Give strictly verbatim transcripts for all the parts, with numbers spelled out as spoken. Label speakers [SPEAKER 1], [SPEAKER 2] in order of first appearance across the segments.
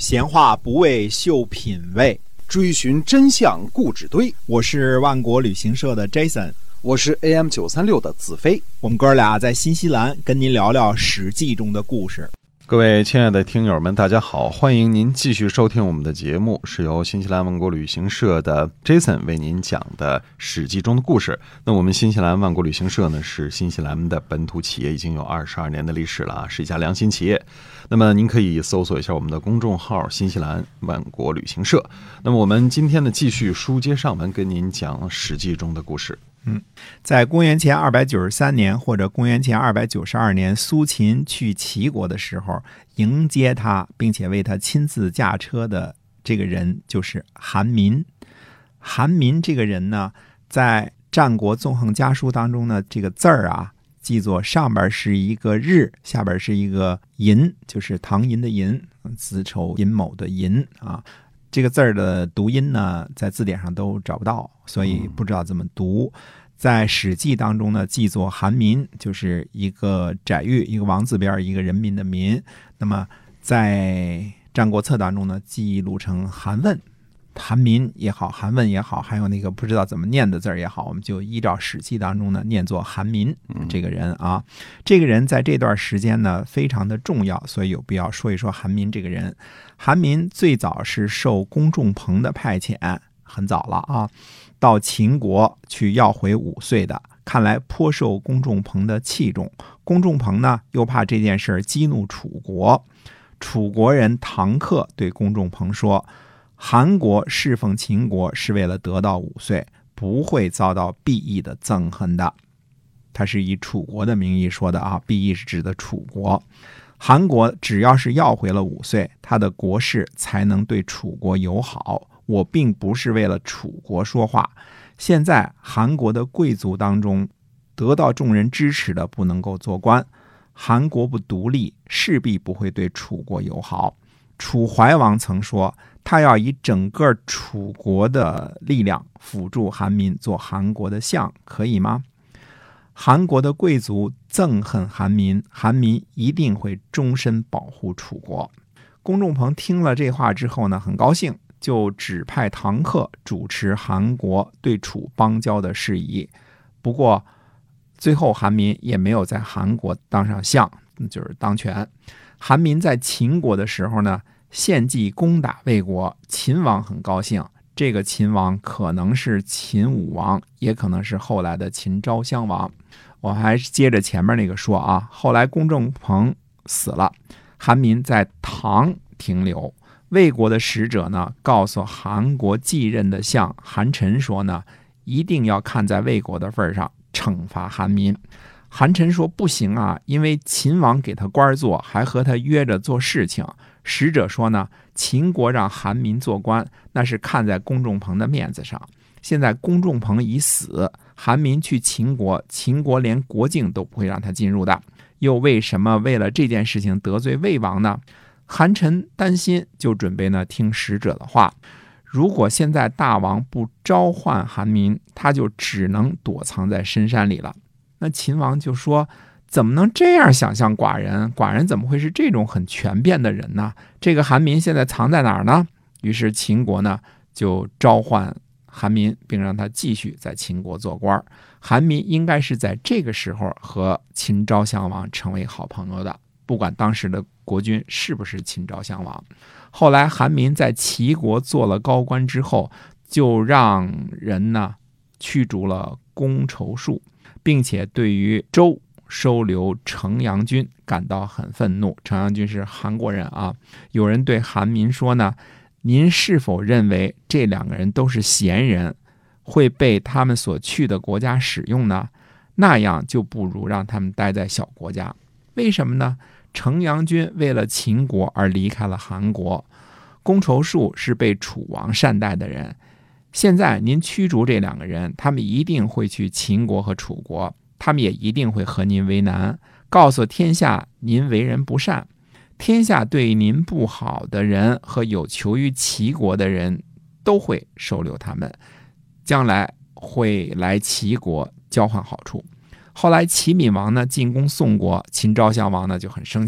[SPEAKER 1] 闲话不为秀品味，
[SPEAKER 2] 追寻真相故纸堆。
[SPEAKER 1] 我是万国旅行社的 Jason，
[SPEAKER 2] 我是 A M 九三六 的子飞。
[SPEAKER 1] 我们哥俩在新西兰跟您聊聊《史记》中的故事。
[SPEAKER 3] 各位亲爱的听友们，大家好，欢迎您继续收听我们的节目，是由新西兰万国旅行社的 Jason 为您讲的《史记》中的故事。那我们新西兰万国旅行社呢，是新西兰的本土企业，已经有二十二年的历史了，是一家良心企业。那么您可以搜索一下我们的公众号新西兰万国旅行社。那么我们今天呢，继续书接上文，跟您讲《史记》中的故事。
[SPEAKER 1] 嗯，在公元前二百九十三年或者公元前二百九十二年，苏秦去齐国的时候，迎接他并且为他亲自驾车的这个人就是韩民。韩民这个人呢，在战国纵横家书当中呢，这个字儿啊，记作上边是一个日，下边是一个寅，就是唐寅的寅，子丑寅卯的寅啊。这个字儿的读音呢，在字典上都找不到，所以不知道怎么读。在《史记》当中呢，记作韩民，就是一个窄玉，一个王字边，一个人民的民。那么在《战国策》当中呢，记录成韩问。韩民也好，韩问也好，还有那个不知道怎么念的字儿也好，我们就依照《史记》当中呢念作韩民这个人啊。这个人在这段时间呢非常的重要，所以有必要说一说韩民这个人。韩民最早是受公仲朋的派遣，很早了啊，到秦国去要回五岁的，看来颇受公仲朋的器重。公仲朋呢又怕这件事激怒楚国，楚国人唐克对公仲朋说，韩国侍奉秦国是为了得到五岁，不会遭到毕义的憎恨的。他是以楚国的名义说的啊，毕义是指的楚国。韩国只要是要回了五岁，他的国事才能对楚国友好。我并不是为了楚国说话。现在韩国的贵族当中，得到众人支持的不能够做官。韩国不独立，势必不会对楚国友好。楚怀王曾说，他要以整个楚国的力量辅助韩民做韩国的相，可以吗？韩国的贵族憎恨韩民，韩民一定会终身保护楚国。公仲朋听了这话之后呢，很高兴，就指派唐克主持韩国对楚邦交的事宜。不过最后韩民也没有在韩国当上相，就是当权。韩民在秦国的时候呢，献计攻打魏国，秦王很高兴。这个秦王可能是秦武王，也可能是后来的秦昭襄王。我还是接着前面那个说啊，后来公仲朋死了，韩民在唐停留。魏国的使者呢，告诉韩国继任的相韩臣说呢，一定要看在魏国的份上惩罚韩民。韩臣说不行啊，因为秦王给他官做，还和他约着做事情。使者说呢，秦国让韩民做官，那是看在公仲朋的面子上。现在公仲朋已死，韩民去秦国，秦国连国境都不会让他进入的。又为什么为了这件事情得罪魏王呢？韩臣担心，就准备呢听使者的话。如果现在大王不召唤韩民，他就只能躲藏在深山里了。那秦王就说，怎么能这样想象寡人？寡人怎么会是这种很权变的人呢？这个韩民现在藏在哪儿呢？于是秦国呢就召唤韩民，并让他继续在秦国做官。韩民应该是在这个时候和秦昭襄王成为好朋友的，不管当时的国君是不是秦昭襄王。后来韩民在齐国做了高官之后，就让人呢驱逐了公仇术，并且对于周收留程阳君感到很愤怒。程阳君是韩国人啊。有人对韩民说呢，您是否认为这两个人都是贤人，会被他们所去的国家使用呢？那样就不如让他们待在小国家。为什么呢？程阳君为了秦国而离开了韩国，公仇术是被楚王善待的人。现在您驱逐这两个人，他们一定会去秦国和楚国，他们也一定会和您为难，告诉天下您为人不善。天下对您不好的人和有求于齐国的人都会收留他们，将来会来齐国交换好处。后来齐闵王呢进攻宋国，秦昭襄王呢就很生气，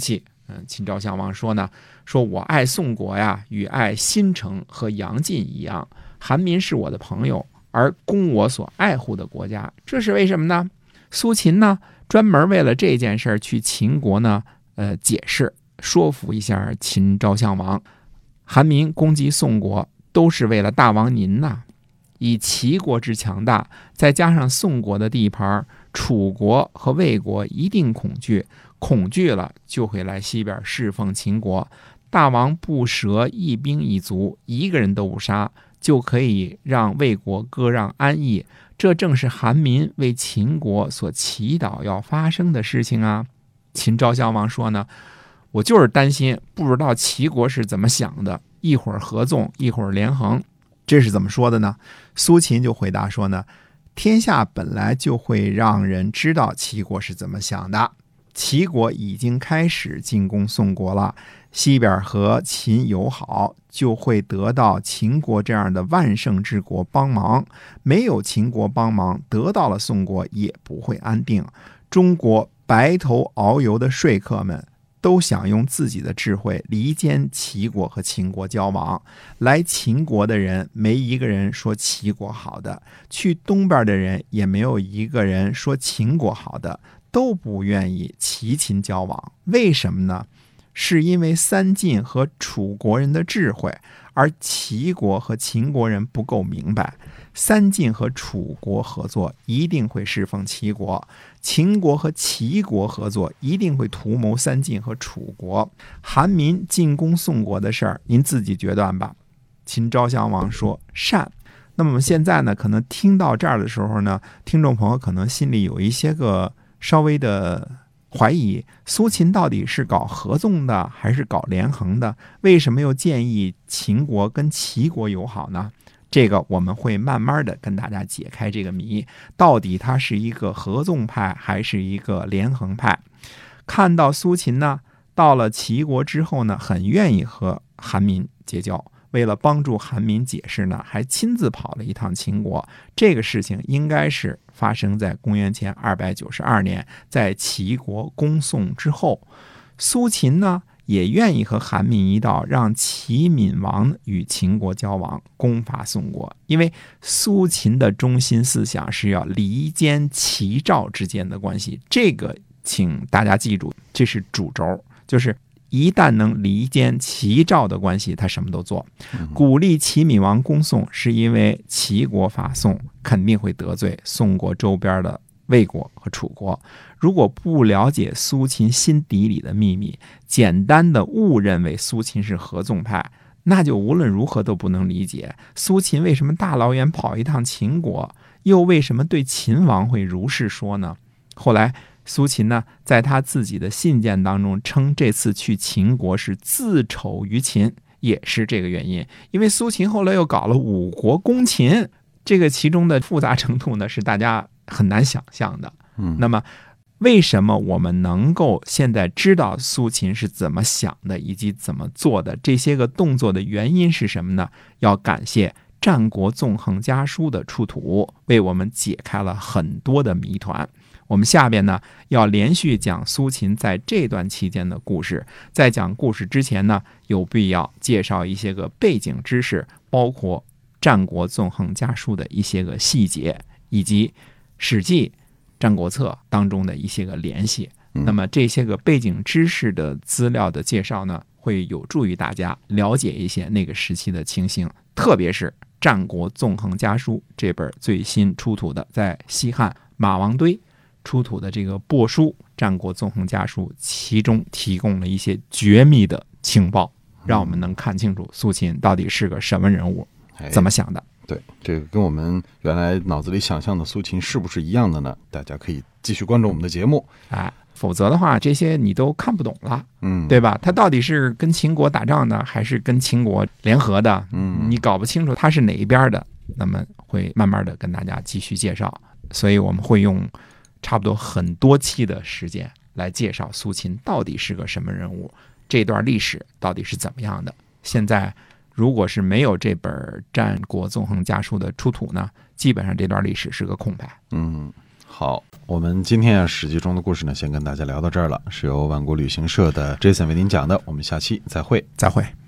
[SPEAKER 1] 嗯，秦昭襄王说呢，说我爱宋国呀，与爱新城和杨晋一样，韩民是我的朋友，而供我所爱护的国家，这是为什么呢？苏秦呢，专门为了这件事去秦国呢，呃，解释说服一下秦昭襄王，韩民攻击宋国都是为了大王您呐。以齐国之强大，再加上宋国的地盘，楚国和魏国一定恐惧，恐惧了就会来西边侍奉秦国。大王不舍一兵一卒，一个人都不杀，就可以让魏国割让安邑。这正是韩民为秦国所祈祷要发生的事情啊。秦昭襄王说呢，我就是担心，不知道齐国是怎么想的，一会儿合纵，一会儿连横。这是怎么说的呢？苏秦就回答说呢，天下本来就会让人知道齐国是怎么想的。齐国已经开始进攻宋国了，西边和秦友好，就会得到秦国这样的万圣之国帮忙。没有秦国帮忙，得到了宋国也不会安定。中国白头遨游的说客们都想用自己的智慧离间齐国和秦国交往。来秦国的人没一个人说齐国好的，去东边的人也没有一个人说秦国好的，都不愿意齐秦交往。为什么呢？是因为三晋和楚国人的智慧，而齐国和秦国人不够明白。三晋和楚国合作一定会侍奉齐国，秦国和齐国合作一定会图谋三晋和楚国。韩民进攻宋国的事儿，您自己决断吧。秦昭襄王说善。那么我们现在呢，可能听到这儿的时候呢，听众朋友可能心里有一些个稍微的怀疑，苏秦到底是搞合纵的还是搞连横的？为什么又建议秦国跟齐国友好呢？这个我们会慢慢的跟大家解开这个谜，到底他是一个合纵派还是一个连横派。看到苏秦呢，到了齐国之后呢，很愿意和韩民结交，为了帮助韩民解释呢，还亲自跑了一趟秦国。这个事情应该是发生在公元前二百九十二年，在齐国攻宋之后。苏秦呢也愿意和韩民一道，让齐闵王与秦国交往，攻伐宋国。因为苏秦的中心思想是要离间齐赵之间的关系，这个请大家记住，这是主轴，就是一旦能离间齐赵的关系，他什么都做。鼓励齐闵王攻宋，是因为齐国伐宋肯定会得罪宋国周边的魏国和楚国。如果不了解苏秦心底里的秘密，简单的误认为苏秦是合纵派，那就无论如何都不能理解苏秦为什么大老远跑一趟秦国，又为什么对秦王会如是说呢？后来苏秦呢，在他自己的信件当中称这次去秦国是自丑于秦，也是这个原因。因为苏秦后来又搞了五国攻秦，这个其中的复杂程度呢，是大家很难想象的。
[SPEAKER 3] 嗯，
[SPEAKER 1] 那么为什么我们能够现在知道苏秦是怎么想的，以及怎么做的，这些个动作的原因是什么呢？要感谢《战国纵横家书》的出土，为我们解开了很多的谜团。我们下边呢，要连续讲苏秦在这段期间的故事。在讲故事之前呢，有必要介绍一些个背景知识，包括《战国纵横家书》的一些个细节，以及《史记》《战国策》当中的一些个联系。那么这些个背景知识的资料的介绍呢，会有助于大家了解一些那个时期的情形，特别是《战国纵横家书》这本最新出土的，在西汉马王堆出土的这个帛书《战国纵横家书》，其中提供了一些绝密的情报，让我们能看清楚苏秦到底是个什么人物，怎么想的。
[SPEAKER 3] 对，这个跟我们原来脑子里想象的苏秦是不是一样的呢？大家可以继续关注我们的节目，
[SPEAKER 1] 哎，否则的话，这些你都看不懂了，
[SPEAKER 3] 嗯，
[SPEAKER 1] 对吧？他到底是跟秦国打仗的，还是跟秦国联合的？
[SPEAKER 3] 嗯，
[SPEAKER 1] 你搞不清楚他是哪一边的，那么会慢慢的跟大家继续介绍。所以我们会用差不多很多期的时间来介绍苏秦到底是个什么人物，这段历史到底是怎么样的。现在如果是没有这本《战国纵横家书》的出土呢，基本上这段历史是个空白。
[SPEAKER 3] 嗯， 好，我们今天啊《史记》中的故事呢，先跟大家聊到这儿了，是由万国旅行社的 Jason 为您讲的，我们下期再会，
[SPEAKER 1] 再会。